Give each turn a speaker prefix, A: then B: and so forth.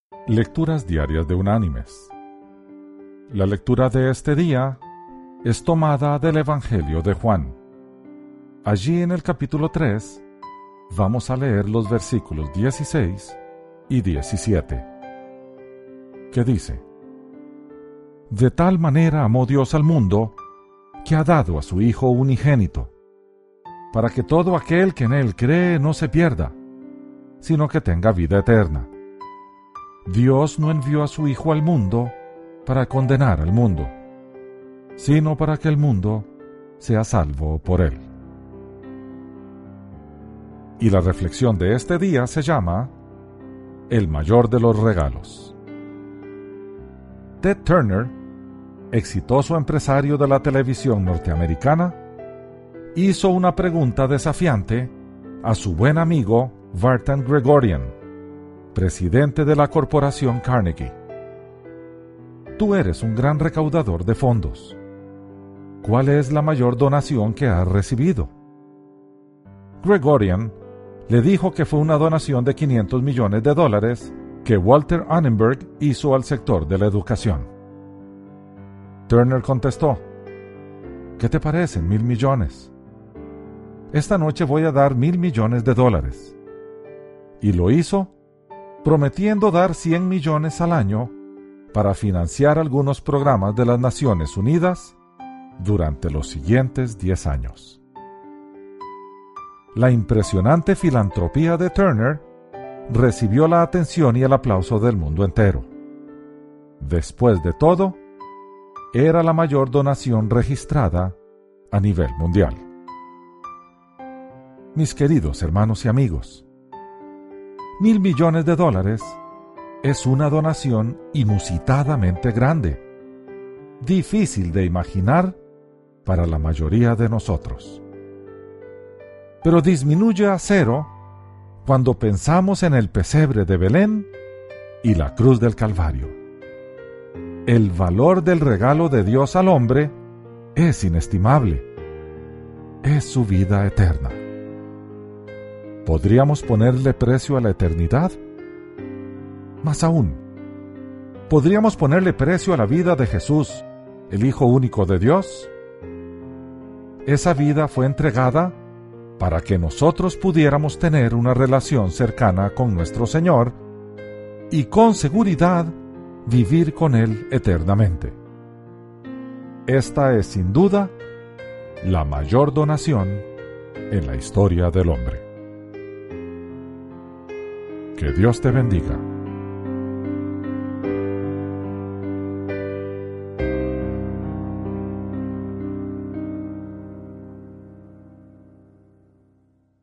A: Lecturas diarias de Unánimes. La lectura de este día es tomada del Evangelio de Juan. Allí en el capítulo 3 vamos a leer los versículos 16 y 17, que dice: De tal manera amó Dios al mundo, que ha dado a su Hijo unigénito, para que todo aquel que en Él cree no se pierda, sino que tenga vida eterna. Dios no envió a su Hijo al mundo para condenar al mundo, sino para que el mundo sea salvo por Él. Y la reflexión de este día se llama El mayor de los regalos. Ted Turner, exitoso empresario de la televisión norteamericana, hizo una pregunta desafiante a su buen amigo Vartan Gregorian, presidente de la corporación Carnegie. Tú eres un gran recaudador de fondos. ¿Cuál es la mayor donación que has recibido? Gregorian le dijo que fue una donación de $500 millones que Walter Annenberg hizo al sector de la educación. Turner contestó: ¿Qué te parecen 1,000 millones? Esta noche voy a dar $1,000 millones. Y lo hizo prometiendo dar 100 millones al año para financiar algunos programas de las Naciones Unidas durante los siguientes 10 años. La impresionante filantropía de Turner recibió la atención y el aplauso del mundo entero. Después de todo, era la mayor donación registrada a nivel mundial. Mis queridos hermanos y amigos, $1,000 millones es una donación inusitadamente grande, difícil de imaginar para la mayoría de nosotros. Pero disminuye a cero cuando pensamos en el pesebre de Belén y la cruz del Calvario. El valor del regalo de Dios al hombre es inestimable. Es su vida eterna. ¿Podríamos ponerle precio a la eternidad? Más aún, ¿podríamos ponerle precio a la vida de Jesús, el Hijo único de Dios? Esa vida fue entregada para que nosotros pudiéramos tener una relación cercana con nuestro Señor y con seguridad vivir con Él eternamente. Esta es sin duda la mayor donación en la historia del hombre. Que Dios te bendiga.